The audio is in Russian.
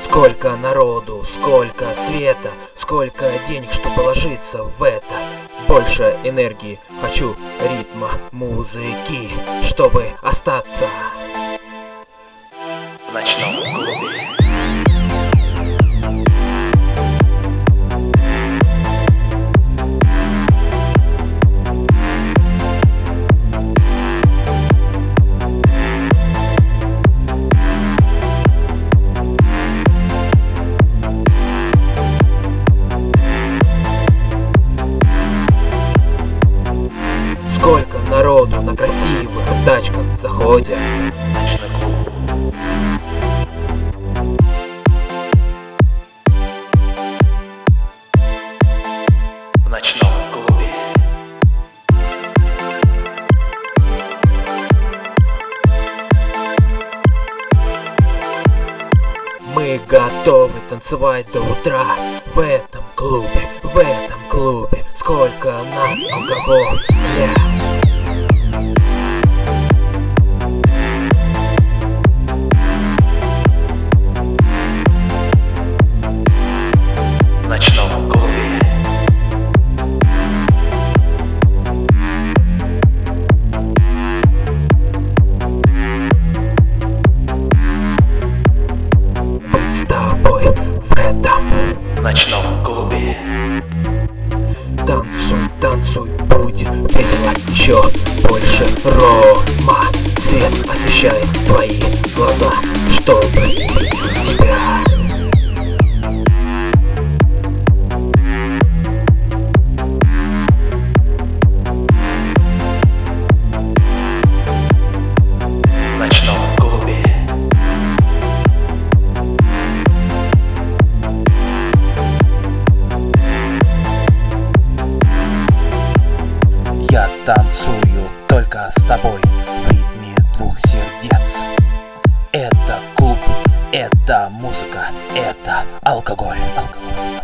Сколько народу, сколько света, сколько денег, что положиться в это. Больше энергии, хочу ритма, музыки, чтобы остаться в ночном клубе. Сколько народу на красивых тачках заходят Ночной клуб. В ночном клубе. Мы готовы танцевать до утра в этом клубе, в этом клубе. Сколько нас алкоголя. В ночном клубе. Быть с тобой в этом В ночном клубе. Танцуй, танцуй, будет весело еще больше рома. Свет освещает твои глаза, чтобы тебя. В ночном клубе. Я танцую только с тобой в ритме двух сердец. Это клуб, это музыка, это алкоголь.